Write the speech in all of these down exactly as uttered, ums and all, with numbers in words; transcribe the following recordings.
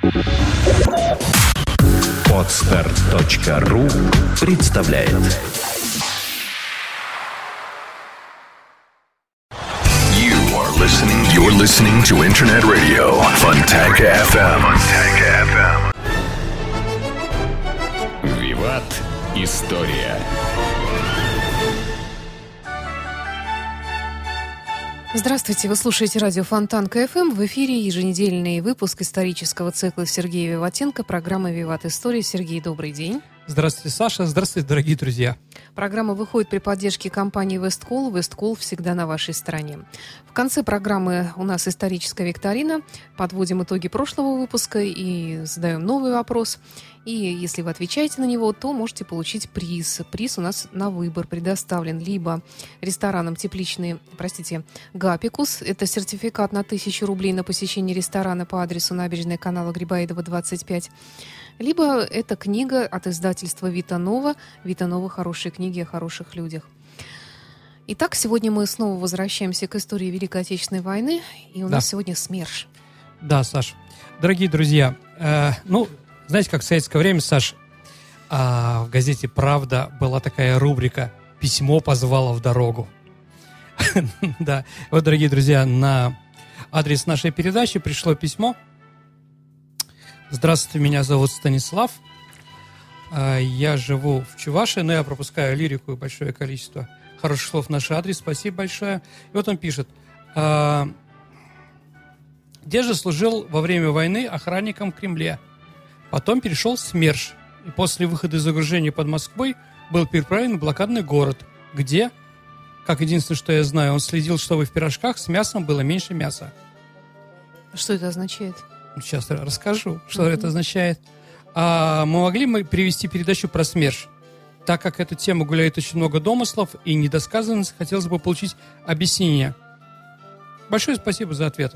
Подстер точка ру представляет. You are listening. You're listening to Internet Radio Fontanka эф эм. Fontanka эф эм. Виват. История. Здравствуйте, вы слушаете радио Фонтанка эф эм. В эфире еженедельный выпуск исторического цикла Сергея Виватенко, программа «Виват. История». Сергей, добрый день. Здравствуйте, Саша. Здравствуйте, дорогие друзья. Программа выходит при поддержке компании «Весткол». «Весткол» всегда на вашей стороне. В конце программы у нас историческая викторина. Подводим итоги прошлого выпуска и задаем новый вопрос. И если вы отвечаете на него, то можете получить приз. Приз у нас на выбор предоставлен либо рестораном тепличный, простите, «Гапикус». Это сертификат на тысячу рублей на посещение ресторана по адресу набережная канала Грибоедова, двадцать пять. Либо это книга от издательства «Вита Нова». «Вита Нова» — хорошие книги о хороших людях. Итак, сегодня мы снова возвращаемся к истории Великой Отечественной войны. И у да. нас сегодня СМЕРШ. Да, Саш. Дорогие друзья, э, ну, знаете, как в советское время, Саш, э, в газете «Правда» была такая рубрика «Письмо позвало в дорогу». Да, вот, дорогие друзья, на адрес нашей передачи пришло письмо. Здравствуйте, меня зовут Станислав. Я живу в Чувашии, но я пропускаю лирику и большое количество хороших слов в наш адрес. Спасибо большое. И вот он пишет. Где же служил во время войны охранником в Кремле. Потом перешел в СМЕРШ. И после выхода из окружения под Москвой был переправлен в блокадный город, где, как единственное, что я знаю, он следил, чтобы в пирожках с мясом было меньше мяса. Что это означает? Сейчас расскажу, что mm-hmm. это означает. А мы могли мы перевести передачу про СМЕРШ? Так как эта тема гуляет очень много домыслов и недосказанностей, хотелось бы получить объяснение. Большое спасибо за ответ.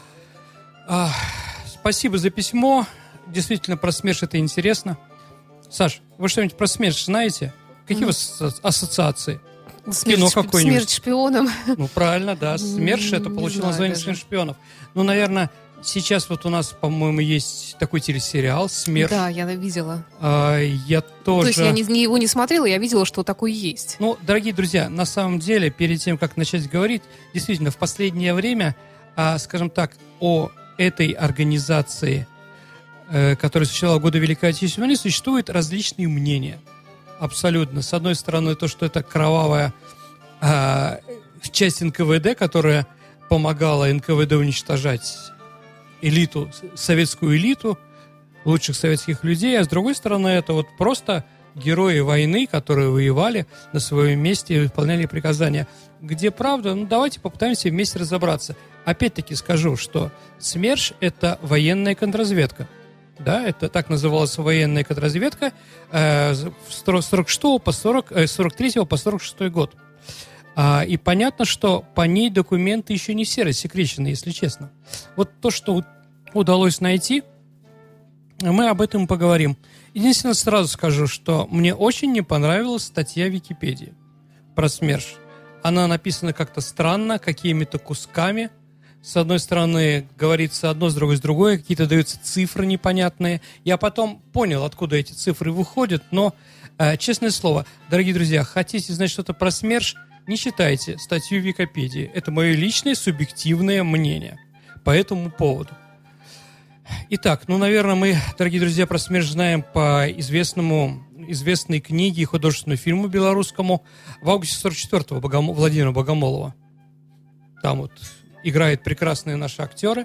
А, спасибо за письмо. Действительно, про СМЕРШ это интересно. Саш, вы что-нибудь про СМЕРШ знаете? Какие mm-hmm. у вас ассоциации? Смерть, Кино какое-нибудь? Смерть шпионам. Ну, правильно, да. СМЕРШ это получило название «Смерть шпионов». Ну, наверное... Сейчас вот у нас, по-моему, есть такой телесериал «СМЕРШ». Да, я видела. А, я тоже... То есть я не, не, его не смотрела, я видела, что такой есть. Ну, дорогие друзья, на самом деле, перед тем, как начать говорить, действительно, в последнее время, а, скажем так, о этой организации, э, которая существовала в годы Великой Отечественной войны, существуют различные мнения. Абсолютно. С одной стороны, то, что это кровавая э, часть эн ка вэ дэ, которая помогала эн ка вэ дэ уничтожать элиту, советскую элиту, лучших советских людей, а с другой стороны, это вот просто герои войны, которые воевали на своем месте и выполняли приказания. Где правда? Ну, давайте попытаемся вместе разобраться. Опять-таки скажу, что СМЕРШ — это военная контрразведка. Да, это так называлась военная контрразведка э, с сорок шестого по сорок, э, сорок третьего по сорок шестой год. А, и понятно, что по ней документы еще не все рассекречены, если честно. Вот то, что удалось найти, мы об этом поговорим. Единственное, сразу скажу, что мне очень не понравилась статья в Википедии про СМЕРШ. Она написана как-то странно, какими-то кусками. С одной стороны, говорится одно, с другой, с другой. Какие-то даются цифры непонятные. Я потом понял, откуда эти цифры выходят. Но, э, честное слово, дорогие друзья, хотите знать что-то про СМЕРШ? Не читайте статью в Википедии. Это мое личное субъективное мнение по этому поводу. Итак, ну, наверное, мы, дорогие друзья, про СМЕРШ знаем по известному, известной книге и художественному фильму белорусскому в августе сорок четвёртого Богом... Владимира Богомолова. Там вот играют прекрасные наши актеры.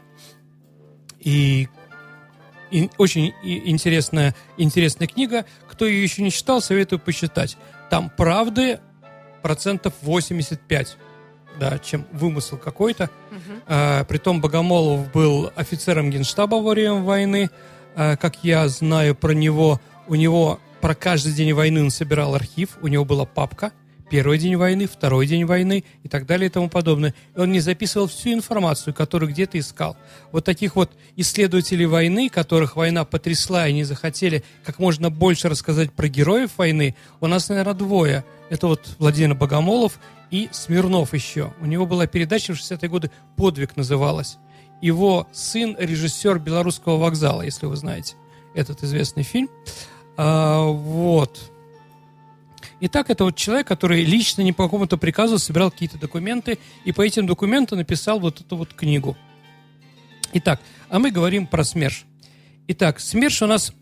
И, и очень интересная, интересная книга. Кто ее еще не читал, советую почитать. Там правды процентов восемьдесят пять, да, чем вымысел какой-то. Uh-huh. А, притом Богомолов был офицером Генштаба во время войны. А, как я знаю про него, у него про каждый день войны он собирал архив, у него была папка. Первый день войны, второй день войны и так далее и тому подобное. И он не записывал всю информацию, которую где-то искал. Вот таких вот исследователей войны, которых война потрясла, и они захотели как можно больше рассказать про героев войны, у нас, наверное, двое. Это вот Владимир Богомолов и Смирнов еще. У него была передача в шестидесятые годы «Подвиг» называлась. его сын режиссер «Белорусского вокзала», если вы знаете этот известный фильм. А, вот. Итак, это вот человек, который лично не по какому-то приказу собирал какие-то документы и по этим документам написал вот эту вот книгу. Итак, а мы говорим про СМЕРШ. Итак, СМЕРШ у нас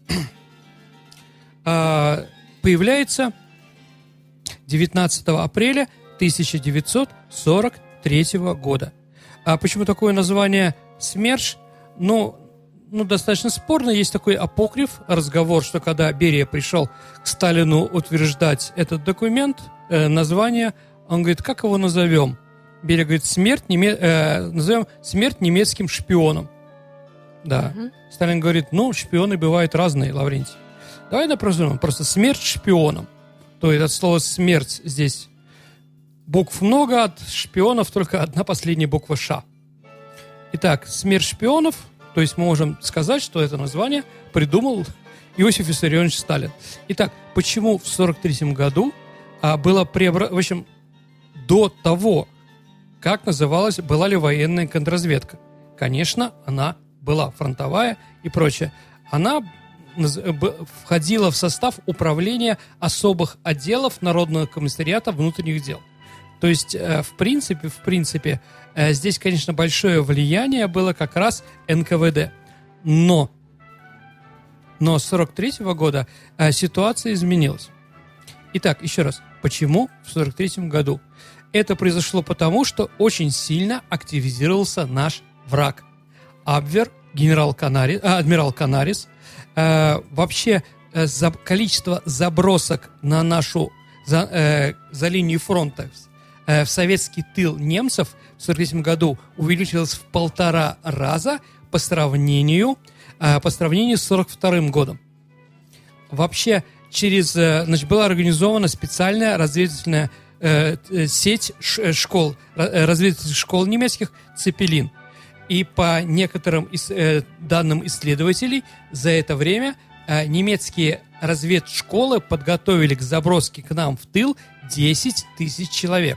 а, появляется девятнадцатого апреля тысяча девятьсот сорок третьего года. А почему такое название СМЕРШ? Ну, ну, достаточно спорно. Есть такой апокриф, разговор, что когда Берия пришел к Сталину утверждать этот документ, э, название, он говорит, как его назовем? Берия говорит, смерть неме... э, назовем смерть немецким шпионом. Да. Угу. Сталин говорит, ну, шпионы бывают разные, Лаврентий. Давай напрозовем просто смерть шпионом. То есть от слова смерть здесь букв много, от шпионов только одна последняя буква «Ш». Итак, смерть шпионов. То есть мы можем сказать, что это название придумал Иосиф Виссарионович Сталин. Итак, почему в сорок третьем году а, было преобразовано, в общем, до того, как называлась, была ли военная контрразведка? Конечно, она была фронтовая и прочее. Она входила в состав управления особых отделов Народного комиссариата внутренних дел. То есть, в принципе, в принципе, здесь, конечно, большое влияние было как раз эн ка вэ дэ. Но, но с сорок третьего года ситуация изменилась. Итак, еще раз, почему в сорок третьем году? Это произошло потому, что очень сильно активизировался наш враг. Абвер, генерал Канарис, а, адмирал Канарис. Э, вообще, э, за, количество забросок на нашу, за, э, за линию фронта в советский тыл немцев в сорок третьем году увеличилось в полтора раза по сравнению, по сравнению с сорок вторым годом. Вообще, через, значит, была организована специальная разведывательная э, сеть школ, разведывательных школ немецких «Цепелин». И по некоторым ис, э, данным исследователей, за это время э, немецкие разведшколы подготовили к заброске к нам в тыл десять тысяч человек.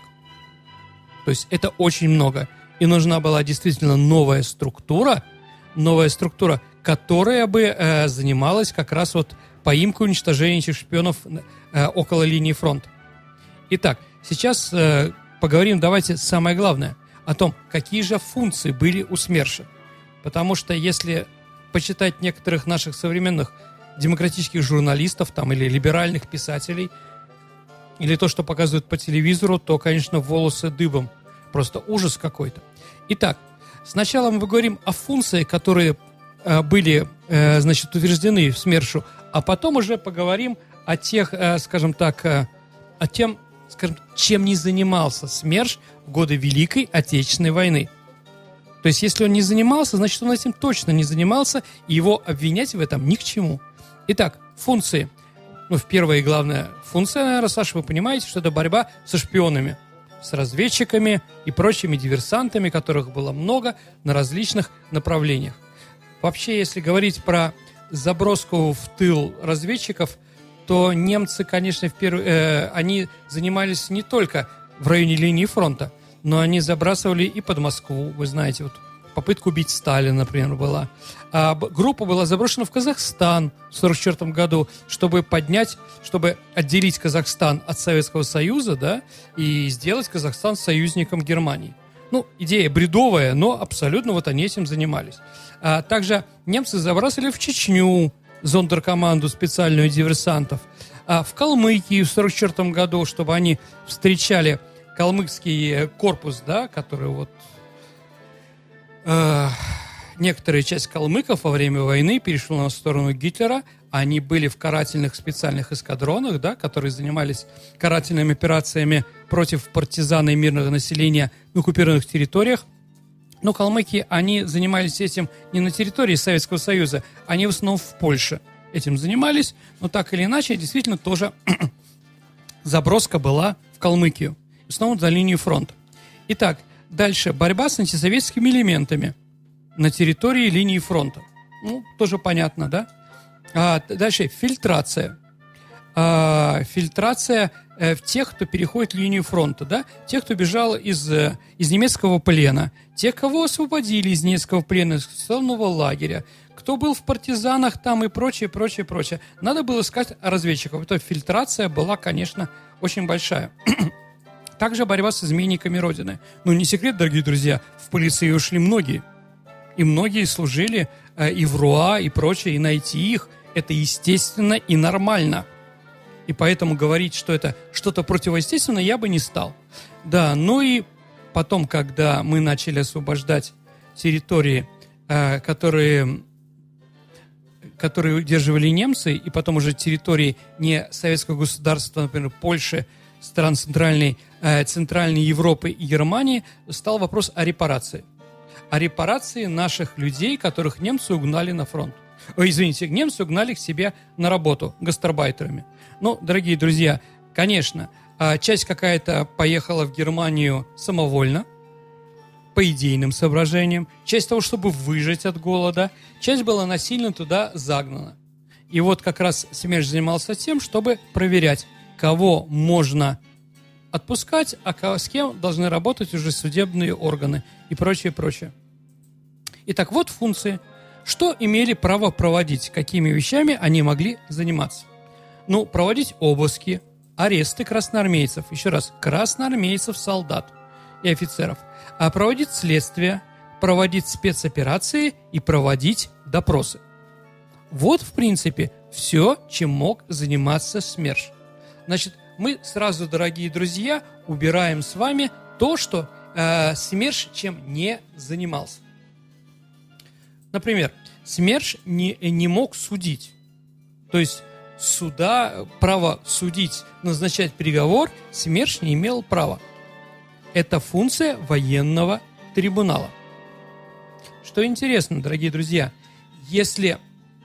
То есть это очень много. И нужна была действительно новая структура, новая структура, которая бы э, занималась как раз вот поимкой, уничтожением этих шпионов э, около линии фронта. Итак, сейчас э, поговорим, давайте, самое главное, о том, какие же функции были у СМЕРШа. Потому что если почитать некоторых наших современных демократических журналистов там, или либеральных писателей, или то, что показывают по телевизору, то, конечно, волосы дыбом. Просто ужас какой-то. Итак, сначала мы поговорим о функциях, которые э, были, э, значит, утверждены в СМЕРШу, а потом уже поговорим о тех, э, скажем так, э, о тем, скажем, чем не занимался СМЕРШ в годы Великой Отечественной войны. То есть, если он не занимался, значит, он этим точно не занимался, и его обвинять в этом ни к чему. Итак, функции. Ну, в первая и главная функция, наверное, Саша, вы понимаете, что это борьба со шпионами, с разведчиками и прочими диверсантами, которых было много на различных направлениях. Вообще, если говорить про заброску в тыл разведчиков, то немцы, конечно, в перв... э, они занимались не только в районе линии фронта, но они забрасывали и под Москву, вы знаете, вот попытка убить Сталина, например, была. А группа была заброшена в Казахстан в сорок четвёртом году, чтобы поднять, чтобы отделить Казахстан от Советского Союза, да, и сделать Казахстан союзником Германии. Ну, идея бредовая, но абсолютно вот они этим занимались. А также немцы забрасывали в Чечню зондеркоманду специальную диверсантов, а в Калмыкии в сорок четвёртом году, чтобы они встречали калмыцкий корпус, да, который вот э, некоторая часть калмыков во время войны перешла на сторону Гитлера. Они были в карательных специальных эскадронах, да, которые занимались карательными операциями против партизан и мирного населения на оккупированных территориях. Но калмыки, они занимались этим не на территории Советского Союза, они в основном в Польше этим занимались, но так или иначе, действительно, тоже заброска была в Калмыкию, в основном за линию фронта. Итак, дальше борьба с антисоветскими элементами на территории линии фронта. Ну, тоже понятно, да? А дальше фильтрация. э, фильтрация э, в тех, кто переходит линию фронта, да, тех, кто бежал из, э, из немецкого плена, тех, кого освободили из немецкого плена, из селного лагеря, кто был в партизанах там и прочее, прочее, прочее. Надо было искать разведчиков. Эта фильтрация была, конечно, очень большая. Также борьба с изменниками Родины. Ну, не секрет, дорогие друзья, в полиции ушли многие. И многие служили э, и в РУА, и прочее, и найти их – это естественно и нормально. И поэтому говорить, что это что-то противоестественное, я бы не стал. Да, ну и потом, когда мы начали освобождать территории, э, которые, которые удерживали немцы, и потом уже территории не советского государства, например, Польши, стран Центральной, э, Центральной Европы и Германии, стал вопрос о репарации. О репарации наших людей, которых немцы угнали на фронт. Ой, извините, немцы угнали к себе на работу гастарбайтерами. Ну, дорогие друзья, конечно, часть какая-то поехала в Германию самовольно, по идейным соображениям, часть того, чтобы выжить от голода, часть была насильно туда загнана. И вот как раз СМЕРШ занимался тем, чтобы проверять, кого можно отпускать, а с кем должны работать уже судебные органы и прочее, прочее. Итак, вот функции. Что имели право проводить, какими вещами они могли заниматься? Ну, проводить обыски, аресты красноармейцев, еще раз, красноармейцев, солдат и офицеров, а проводить следствие, проводить спецоперации и проводить допросы. Вот, в принципе, все, чем мог заниматься СМЕРШ. Значит, мы сразу, дорогие друзья, убираем с вами то, что э, СМЕРШ чем не занимался. Например, СМЕРШ не, не мог судить. То есть суда, право судить, назначать приговор СМЕРШ не имел права. Это функция военного трибунала. Что интересно, дорогие друзья, если,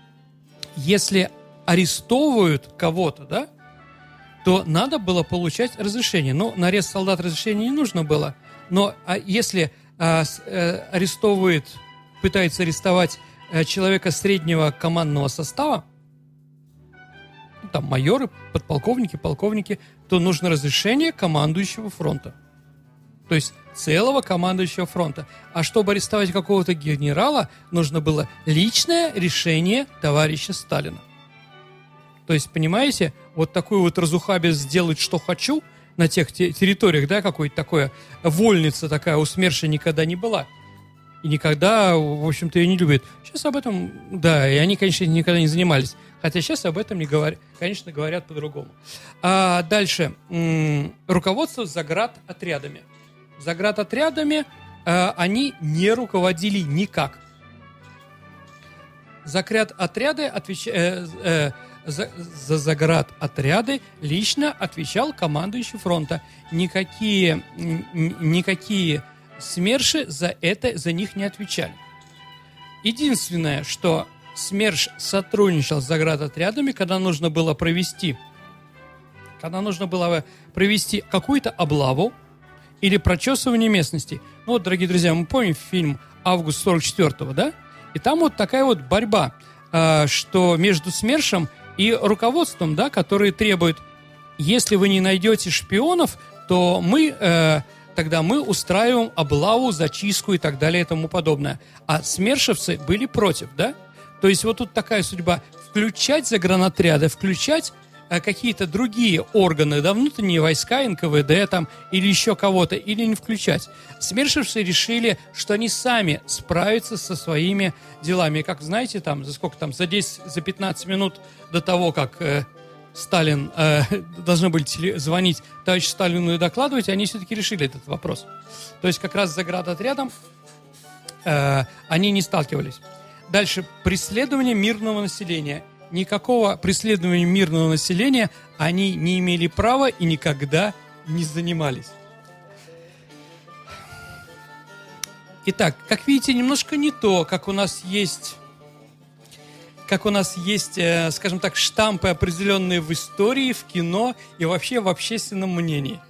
если арестовывают кого-то, да, то надо было получать разрешение. Ну, на арест солдат разрешения не нужно было, но а если а, с, а, арестовывает, пытается арестовать а, человека среднего командного состава, ну, там майоры, подполковники, полковники, то нужно разрешение командующего фронта. То есть целого командующего фронта. А чтобы арестовать какого-то генерала, нужно было личное решение товарища Сталина. То есть, понимаете, вот такую вот разухабе сделать, что хочу, на тех те- территориях, да, какой-то такое, вольница такая у СМЕРШа никогда не была. И никогда, в общем-то, ее не любят. Сейчас об этом, да, и они, конечно, никогда не занимались. Хотя сейчас об этом, не говор... конечно, говорят по-другому. А дальше. М- руководство заградотрядами. Заградотрядами э, они не руководили никак. Заградотряды отвеч... э, э, за, за заградотряды лично отвечал командующий фронта. Никакие, н- никакие СМЕРШи за это, за них не отвечали. Единственное, что СМЕРШ сотрудничал с заградотрядами, когда нужно было провести, когда нужно было провести какую-то облаву или прочесывание местности. Ну вот, дорогие друзья, мы помним фильм «Август сорок четвёртого», да? И там вот такая вот борьба, э, что между СМЕРШем и руководством, да, которые требуют, если вы не найдете шпионов, то мы, э, тогда мы устраиваем облаву, зачистку и так далее и тому подобное. А СМЕРШевцы были против, да? То есть вот тут такая судьба. Включать загранотряды, включать какие-то другие органы, да, внутренние войска, эн ка вэ дэ там, или еще кого-то, или не включать. СМЕРШевцы решили, что они сами справятся со своими делами. И как знаете, там, за сколько там, за десять, за пятнадцать минут до того, как э, Сталин, э, должны были теле- звонить товарищу Сталину и докладывать, они все-таки решили этот вопрос. То есть как раз с заградотрядом э, они не сталкивались. Дальше. Преследование мирного населения. Никакого преследования мирного населения они не имели права и никогда не занимались. Итак, как видите, немножко не то, как у нас есть, как у нас есть, э, скажем так, штампы определенные в истории, в кино и вообще в общественном мнении.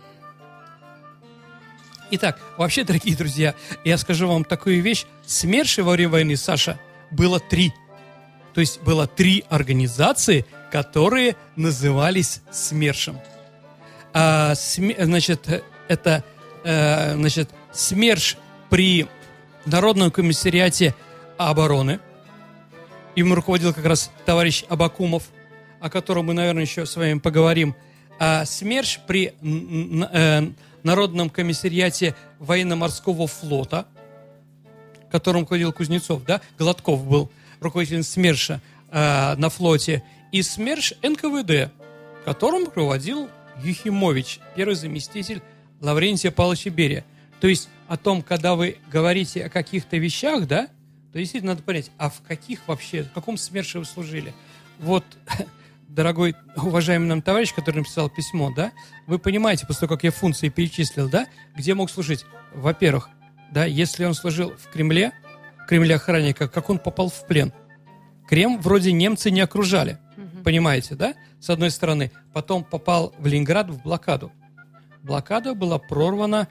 Итак, вообще, дорогие друзья, я скажу вам такую вещь. СМЕРШей во время войны, Саша, было три. То есть было три организации, которые назывались СМЕРШем. А, сме, значит, это э, значит, СМЕРШ при Народном комиссариате обороны. Им руководил как раз товарищ Абакумов, о котором мы, наверное, еще с вами поговорим. А СМЕРШ при э, Народном комиссариате военно-морского флота, которым руководил Кузнецов, да, Гладков был руководителем СМЕРШа э, на флоте, и СМЕРШ эн ка вэ дэ, которым руководил Юхимович, первый заместитель Лаврентия Павловича Берия. То есть о том, когда вы говорите о каких-то вещах, да, то действительно надо понять, а в каких вообще, в каком СМЕРШе вы служили? Вот, дорогой, уважаемый нам товарищ, который написал письмо, да, вы понимаете, после того, как я функции перечислил, да, где мог служить? Во-первых, да, если он служил в Кремле, в Кремле охранника, как он попал в плен? Крем вроде немцы не окружали, угу. Понимаете, да, с одной стороны. Потом попал в Ленинград в блокаду. Блокада была прорвана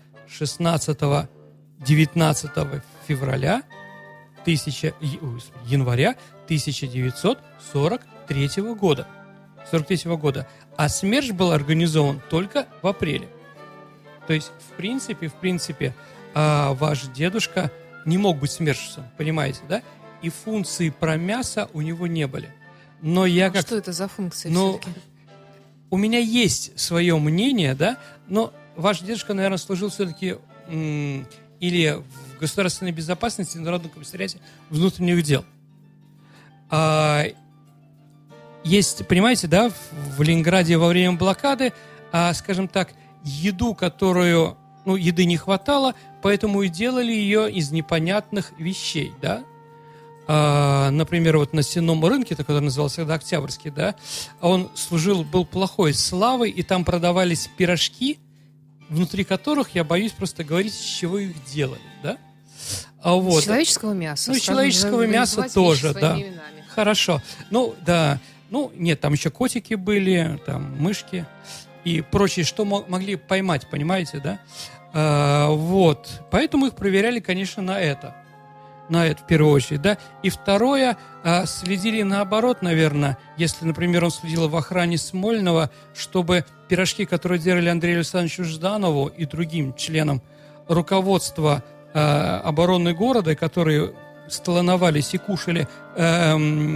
шестнадцатого-девятнадцатого февраля тысяча, января тысяча девятьсот сорок третьего года. сорок третьего года. А СМЕРШ был организован только в апреле. То есть, в принципе, в принципе, а, ваш дедушка не мог быть СМЕРШевцем, понимаете, да? И функции про мясо у него не были. Но я как... Что это за функции но... все-таки? У меня есть свое мнение, да, но ваш дедушка, наверное, служил все-таки м- или в государственной безопасности, в Народном комиссариате внутренних дел. А, есть, понимаете, да, в, в Ленинграде во время блокады, а, скажем так, еду, которую, ну, еды не хватало, поэтому и делали ее из непонятных вещей, да. А, например, вот на сенном рынке, который назывался тогда Октябрьский, да, он служил, был плохой славой, и там продавались пирожки, внутри которых, я боюсь просто говорить, из чего их делали, да? А вот. Человеческого мяса. Ну, человеческого мяса тоже, да. Именами. Хорошо. Ну, да. Ну, нет, там еще котики были, там мышки и прочее, что могли поймать, понимаете, да? А, вот. Поэтому их проверяли, конечно, на это. На это в первую очередь, да. И второе, а, следили наоборот, наверное, если, например, он следил в охране Смольного, чтобы пирожки, которые делали Андрею Александровичу Жданову и другим членам руководства а, обороны города, которые столоновались и кушали а,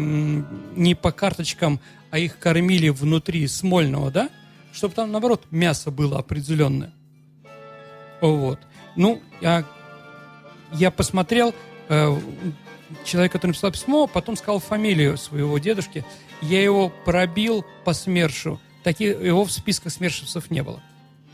не по карточкам, а их кормили внутри Смольного, да, чтобы там, наоборот, мясо было определенное. Вот. Ну, я, я посмотрел... Человек, который написал письмо, потом сказал фамилию своего дедушки. Я его пробил по СМЕРШу. Таких, его в списках СМЕРШевцев не было.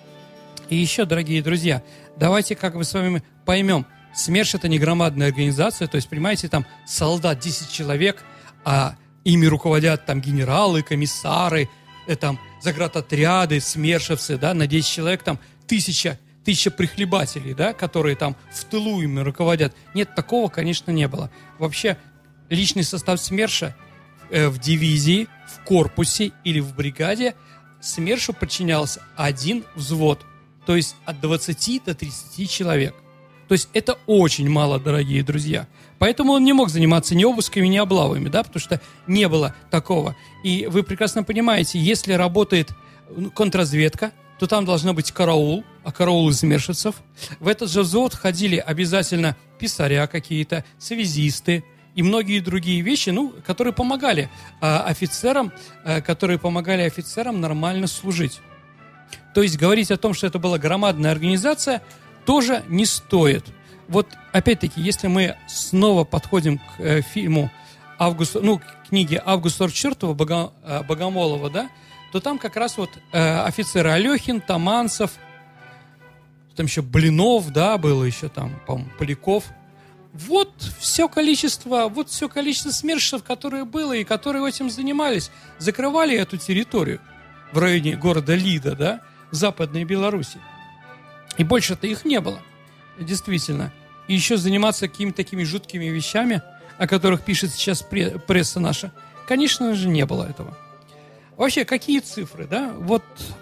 И еще, дорогие друзья, давайте как бы с вами поймем. СМЕРШ — это не громадная организация, то есть, понимаете, там солдат десять человек, а ими руководят там генералы, комиссары, э, там заградотряды, СМЕРШевцы, да, на десять человек там тысяча тысяча прихлебателей, да, которые там в тылу ими руководят. Нет, такого, конечно, не было. Вообще, личный состав СМЕРШа э, в дивизии, в корпусе или в бригаде СМЕРШу подчинялся один взвод, то есть от двадцати до тридцати человек. То есть это очень мало, дорогие друзья. Поэтому он не мог заниматься ни обысками, ни облавами, да, потому что не было такого. И вы прекрасно понимаете, если работает контрразведка, то там должно быть караул, а караул из СМЕРШевцев. В этот же взвод ходили обязательно писаря какие-то, связисты и многие другие вещи, ну, которые помогали а, офицерам, а, которые помогали офицерам нормально служить. То есть говорить о том, что это была громадная организация, тоже не стоит. Вот опять-таки, если мы снова подходим к э, фильму Августа, ну, к книге Августа сорок четвёртого Бога, э, Богомолова, да, то там как раз вот э, офицеры Алехин, Таманцев, там еще Блинов, да, было еще там, по-моему, Поляков. Вот все количество, вот все количество СМЕРШевцев, которые было и которые этим занимались, закрывали эту территорию в районе города Лида, да, в Западной Беларуси. И больше-то их не было, действительно. И еще заниматься какими-то такими жуткими вещами, о которых пишет сейчас пресса наша, конечно же, не было этого. Вообще, какие цифры, да? Вот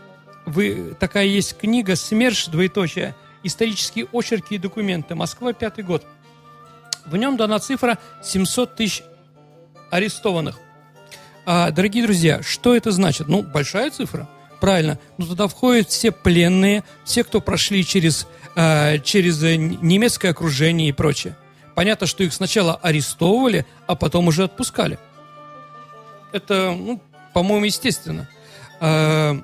вы, такая есть книга «СМЕРШ, двоеточие, исторические очерки и документы. Москва, пятый год». В нем дана цифра семьсот тысяч арестованных. А, дорогие друзья, что это значит? Ну, большая цифра, правильно. Но туда входят все пленные, все, кто прошли через, а, через немецкое окружение и прочее. Понятно, что их сначала арестовывали, а потом уже отпускали. Это, ну, по-моему, естественно. А,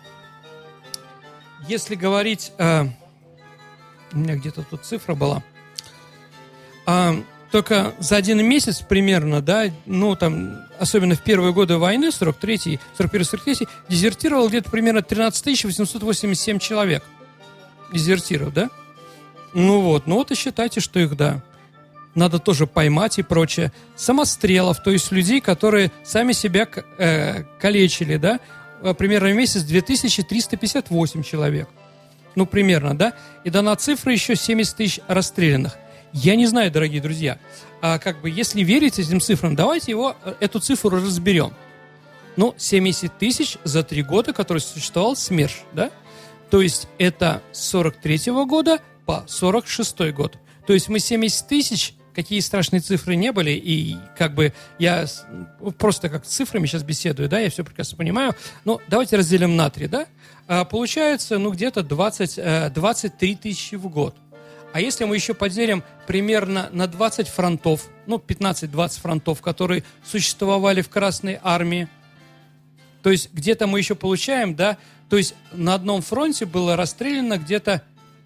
если говорить... А, у меня где-то тут цифра была. А, только за один месяц примерно, да, ну, там, особенно в первые годы войны, сорок третий, сорок первый сорок третий, дезертировало где-то примерно тринадцать тысяч восемьсот восемьдесят семь человек. Дезертиров, да? Ну вот, ну вот и считайте, что их, да, надо тоже поймать и прочее. Самострелов, то есть людей, которые сами себя э, калечили, да, примерно в месяц две тысячи триста пятьдесят восемь человек. Ну, примерно, да? И дана цифра еще семьдесят тысяч расстрелянных. Я не знаю, дорогие друзья, а как бы, если верить этим цифрам, давайте его, эту цифру разберем. Ну, семьдесят тысяч за три года, который существовал СМЕРШ, да? То есть это с сорок третьего года по сорок шестой год. То есть мы семьдесят тысяч, какие страшные цифры не были, и как бы я просто как с цифрами сейчас беседую, да, я все прекрасно понимаю, но давайте разделим на три, да? А, получается, ну, где-то двадцать, двадцать три тысячи в год. А если мы еще поделим примерно на двадцать фронтов, ну, пятнадцать-двадцать фронтов, которые существовали в Красной Армии, то есть где-то мы еще получаем, да, то есть на одном фронте было расстреляно где-то,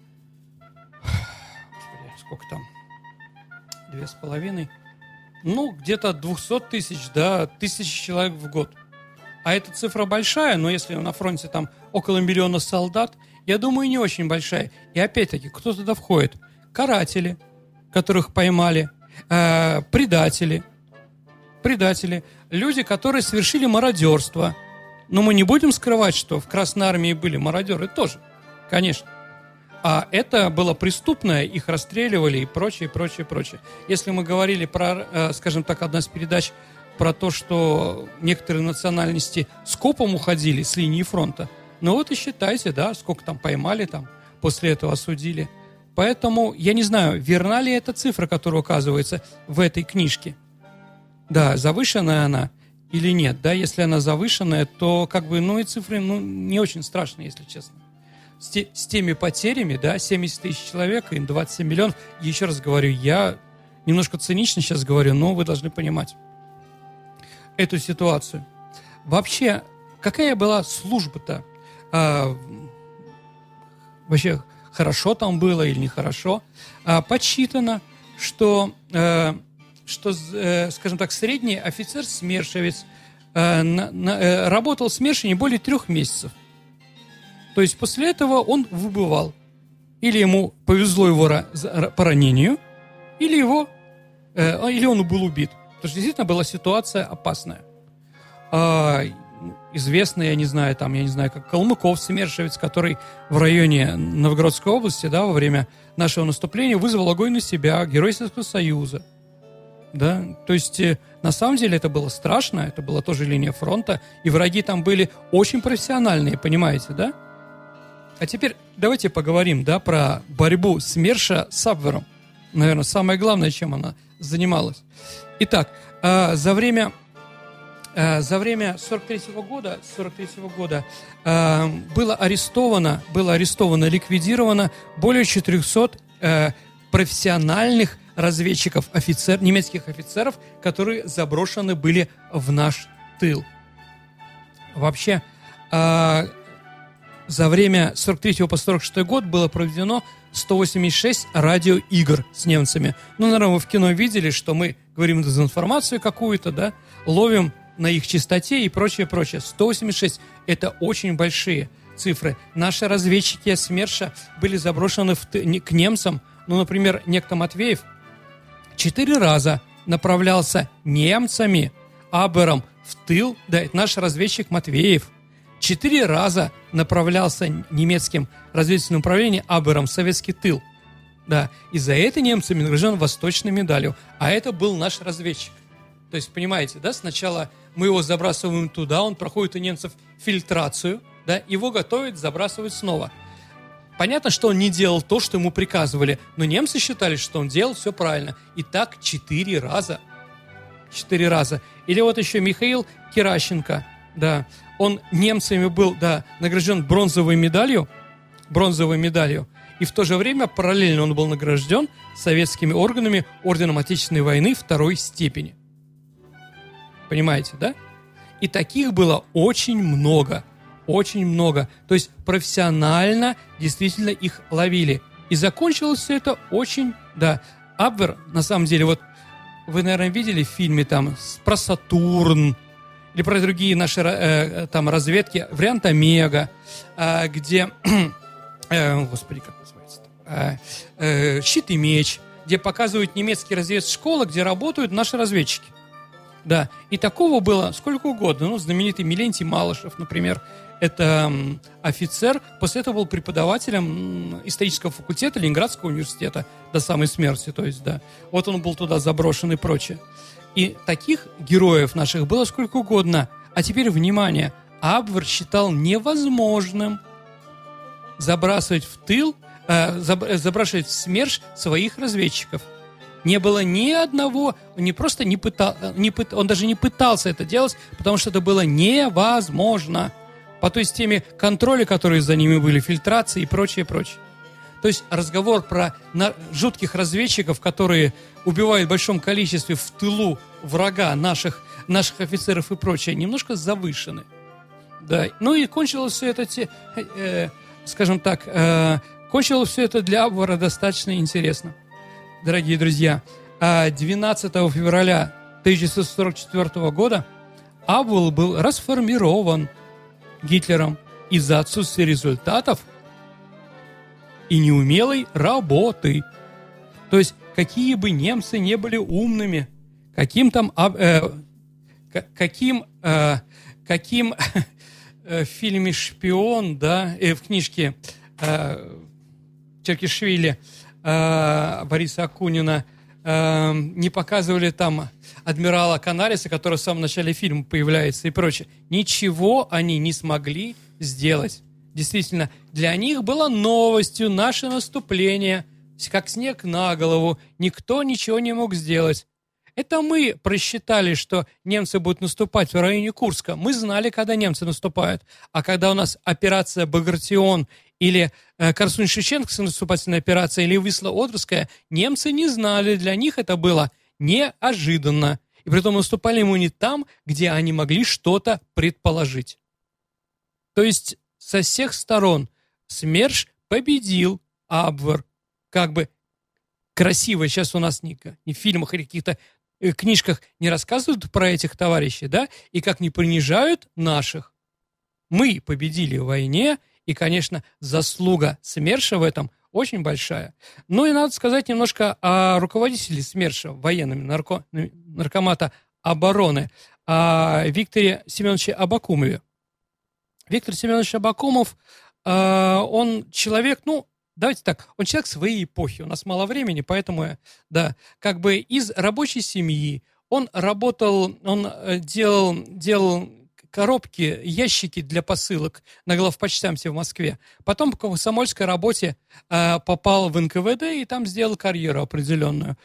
господи, сколько там, две с половиной, ну, где-то двести тысяч, да, тысячи человек в год. А эта цифра большая, но если на фронте там около миллиона солдат, я думаю, не очень большая. И опять-таки, кто туда входит? Каратели, которых поймали, э, предатели, предатели, люди, которые совершили мародерство. Но мы не будем скрывать, что в Красной Армии были мародеры тоже, конечно. А это было преступное, их расстреливали и прочее, прочее, прочее. Если мы говорили про, э, скажем так, одна из передач про то, что некоторые национальности скопом уходили с линии фронта, ну вот и считайте, да, сколько там поймали, там, после этого осудили. Поэтому я не знаю, верна ли эта цифра, которая указывается в этой книжке. Да, завышенная она или нет, да, если она завышенная, то как бы, ну и цифры, ну, не очень страшные, если честно. С, те, с теми потерями, да, семьдесят тысяч человек и двадцать семь миллионов, еще раз говорю, я немножко цинично сейчас говорю, но вы должны понимать эту ситуацию. Вообще, какая была служба-то? А, вообще, хорошо там было или нехорошо? А, подсчитано, что, а, что а, скажем так, средний офицер-смершевец а, на, на, а, работал в СМЕРШе не более трех месяцев. То есть после этого он выбывал. Или ему повезло его по ранению, или, его, а, или он был убит. Потому что действительно была ситуация опасная. А, известный, я не знаю, там, я не знаю, как Калмыков, смершевец, который в районе Новгородской области, да, во время нашего наступления вызвал огонь на себя, герой Советского Союза. Да, то есть, на самом деле, это было страшно, это была тоже линия фронта, и враги там были очень профессиональные, понимаете, да? А теперь давайте поговорим, да, про борьбу СМЕРШа с Абвером. Наверное, самое главное, чем она занималась. Итак, э, за время, э, за время сорок третьего года, сорок третьего года э, было арестовано, было арестовано, ликвидировано более четырехсот э, профессиональных разведчиков, офицер, немецких офицеров, которые заброшены были в наш тыл. Вообще, э, за время с сорок третьего по сорок шестой год было проведено сто восемьдесят шесть радиоигр с немцами. Ну, наверное, вы в кино видели, что мы говорим дезинформацию какую-то, да, ловим на их частоте и прочее, прочее. сто восемьдесят шесть – это очень большие цифры. Наши разведчики СМЕРШа были заброшены в т... к немцам. Ну, например, некто Матвеев четыре раза направлялся немцами, Абвером, в тыл. Да, это наш разведчик Матвеев. Четыре раза направлялся немецким разведывательным управлением Абвером в советский тыл. Да, и за это немцами награжден восточной медалью. А это был наш разведчик. То есть, понимаете, да, сначала мы его забрасываем туда, он проходит у немцев фильтрацию, да, его готовят, забрасывают снова. Понятно, что он не делал то, что ему приказывали, но немцы считали, что он делал все правильно. И так четыре раза. четыре раза. Или вот еще Михаил Керащенко, да, он немцами был, да, награжден бронзовой медалью, бронзовой медалью, и в то же время параллельно он был награжден советскими органами орденом Отечественной войны второй степени. Понимаете, да? И таких было очень много, очень много. То есть профессионально действительно их ловили. И закончилось все это очень, да. Абвер, на самом деле, вот вы, наверное, видели в фильме там про Сатурн или про другие наши э, там разведки, вариант Омега, э, где, э, господи, как называется, э, э, Щит и меч, где показывают немецкие разведшколы, где работают наши разведчики. Да, и такого было сколько угодно. Ну, знаменитый Милентий Малышев, например, это м, офицер, после этого был преподавателем м, исторического факультета Ленинградского университета до самой смерти, то есть, да. Вот он был туда заброшен и прочее. И таких героев наших было сколько угодно. А теперь, внимание, Абвер считал невозможным забрасывать в тыл, э, забрасывать в СМЕРШ своих разведчиков. Не было ни одного, не просто не пытал, не пыт, он даже не пытался это делать, потому что это было невозможно. По той системе контроля, которые за ними были, фильтрации и прочее, прочее. То есть разговор про на, жутких разведчиков, которые убивают в большом количестве в тылу врага наших, наших офицеров и прочее, немножко завышены. Да. Ну и кончилось все это, те, э, скажем так, э, кончилось все это для Абвера достаточно интересно. Дорогие друзья, двенадцатого февраля тысяча девятьсот сорок четвёртого года Абвер был расформирован Гитлером из-за отсутствия результатов и неумелой работы. То есть, какие бы немцы не были умными, каким там, э, каким, э, каким э, в фильме «Шпион», да, э, в книжке э, Черкишвили э, Бориса Акунина э, не показывали там адмирала Канариса, который в самом начале фильма появляется и прочее. Ничего они не смогли сделать. Действительно, для них было новостью наше наступление, как снег на голову. Никто ничего не мог сделать. Это мы просчитали, что немцы будут наступать в районе Курска. Мы знали, когда немцы наступают. А когда у нас операция «Багратион» или э, Корсунь-Шевченковская наступательная операция, или Висло-Одрская, немцы не знали. Для них это было неожиданно. И притом наступали мы не там, где они могли что-то предположить. То есть со всех сторон СМЕРШ победил Абвер. Как бы красиво сейчас у нас ни, ни в фильмах или каких-то э, книжках не рассказывают про этих товарищей, да, и как не принижают наших. Мы победили в войне, и, конечно, заслуга СМЕРШа в этом очень большая. Ну и надо сказать немножко о руководителе СМЕРШа, военном нарко, наркомата обороны, о Викторе Семеновиче Абакумове. Виктор Семенович Абакумов, э, он человек, ну, давайте так, он человек своей эпохи, у нас мало времени, поэтому, да, как бы из рабочей семьи, он работал, он делал, делал коробки, ящики для посылок на главпочтамте в Москве. Потом по комсомольской работе э, попал в эн ка вэ дэ и там сделал карьеру определенную.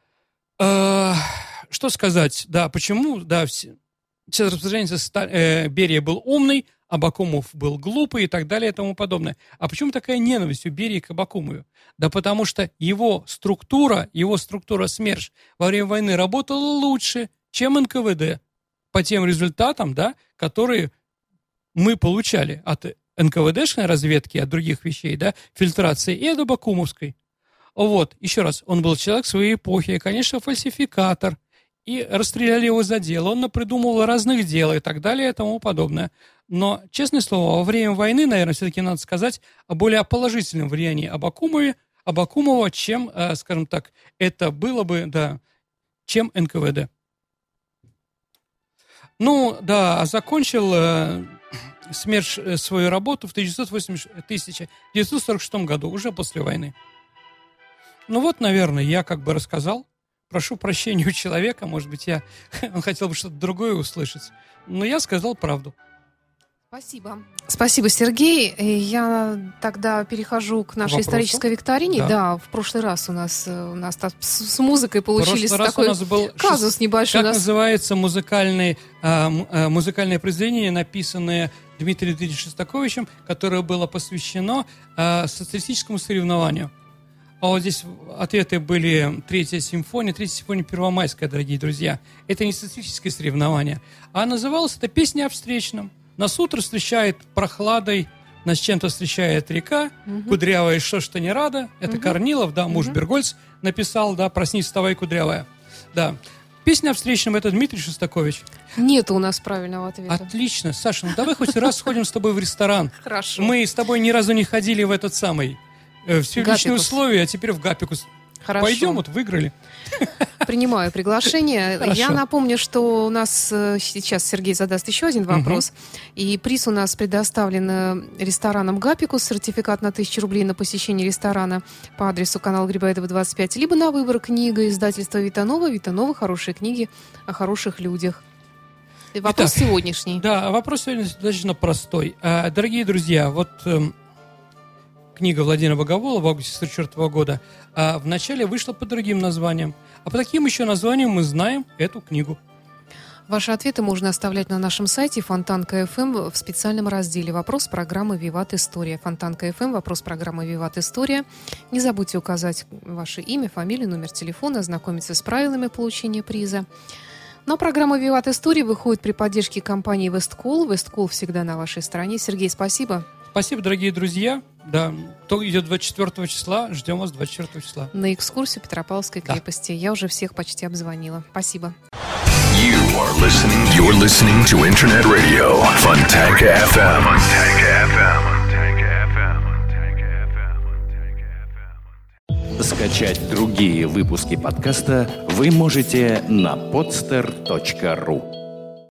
Э, что сказать, да, почему, да, все, все распространяется, э, Берия был умный, Абакумов был глупый и так далее и тому подобное. А почему такая ненависть у Берии к Абакумову? Да потому что его структура, его структура СМЕРШ во время войны работала лучше, чем эн ка вэ дэ. По тем результатам, да, которые мы получали от эн ка вэ дэшной разведки, от других вещей, да, фильтрации, и от Абакумовской. Вот, еще раз, он был человек своей эпохи, и, конечно, фальсификатор. И расстреляли его за дело, он напридумывал разных дел и так далее и тому подобное. Но, честное слово, во время войны, наверное, все-таки надо сказать о более положительном влиянии Абакумова, Абакумова, чем, э, скажем так, это было бы, да, чем эн ка вэ дэ. Ну, да, закончил э, СМЕРШ э, свою работу в тысяча девятьсот сорок шестом году, уже после войны. Ну вот, наверное, я как бы рассказал. Прошу прощения у человека, может быть, я, он хотел бы что-то другое услышать, но я сказал правду. Спасибо. Спасибо, Сергей. Я тогда перехожу к нашей Вопросу? исторической викторине. Да. Да. да, в прошлый раз у нас, у нас с, с музыкой получились такой у нас был казус шест... небольшой. Как нас... называется музыкальное, а, а, музыкальное произведение, написанное Дмитрием Дмитриевичем Шостаковичем, которое было посвящено а, социалистическому соревнованию? А вот здесь ответы были Третья симфония, Третья симфония Первомайская, дорогие друзья. Это не социалистическое соревнование. А называлась это «Песня о встречном». Нас утро встречает прохладой, нас чем-то встречает река, угу. кудрявая, что что не рада. Это угу. Корнилов, да, муж угу. Бергольц написал, да, «Проснись, вставай, кудрявая». Да. Песня о встречном — это Дмитрий Шостакович. Нет у нас правильного ответа. Отлично. Саша, ну давай хоть раз сходим с тобой в ресторан. Хорошо. Мы с тобой ни разу не ходили в этот самый, в первичные условия, а теперь в Гапикус. Хорошо. Пойдем, вот выиграли. Принимаю приглашение. Хорошо. Я напомню, что у нас сейчас Сергей задаст еще один вопрос. Угу. И приз у нас предоставлен рестораном «Гапикус». Сертификат на тысячу рублей на посещение ресторана по адресу канал Грибоедова, двадцать пять. Либо на выбор книга издательства «Витанова». «Витанова» — хорошие книги о хороших людях. Вопрос Итак, сегодняшний. Да, вопрос сегодня достаточно простой. Дорогие друзья, вот... Книга Владимира Богополова в августе сорок четвёртого года а, вначале вышла под другим названием. А по таким еще названиям мы знаем эту книгу. Ваши ответы можно оставлять на нашем сайте Фонтанка эф эм в специальном разделе «Вопрос программы «Виват История». Фонтанка эф эм, вопрос программы «Виват История». Не забудьте указать ваше имя, фамилию, номер телефона, ознакомиться с правилами получения приза. Но программа «Виват История» выходит при поддержке компании «Весткол». «Весткол» всегда на вашей стороне. Сергей, спасибо. Спасибо, дорогие друзья. Да, то идет двадцать четвёртого числа. Ждем вас двадцать четвёртого числа. На экскурсию Петропавловской да. крепости. Я уже всех почти обзвонила. Спасибо. You are listening, you're listening to Internet Radio Fontanka эф эм. Fontanka эф эм. Скачать другие выпуски подкаста вы можете на podster точка ру.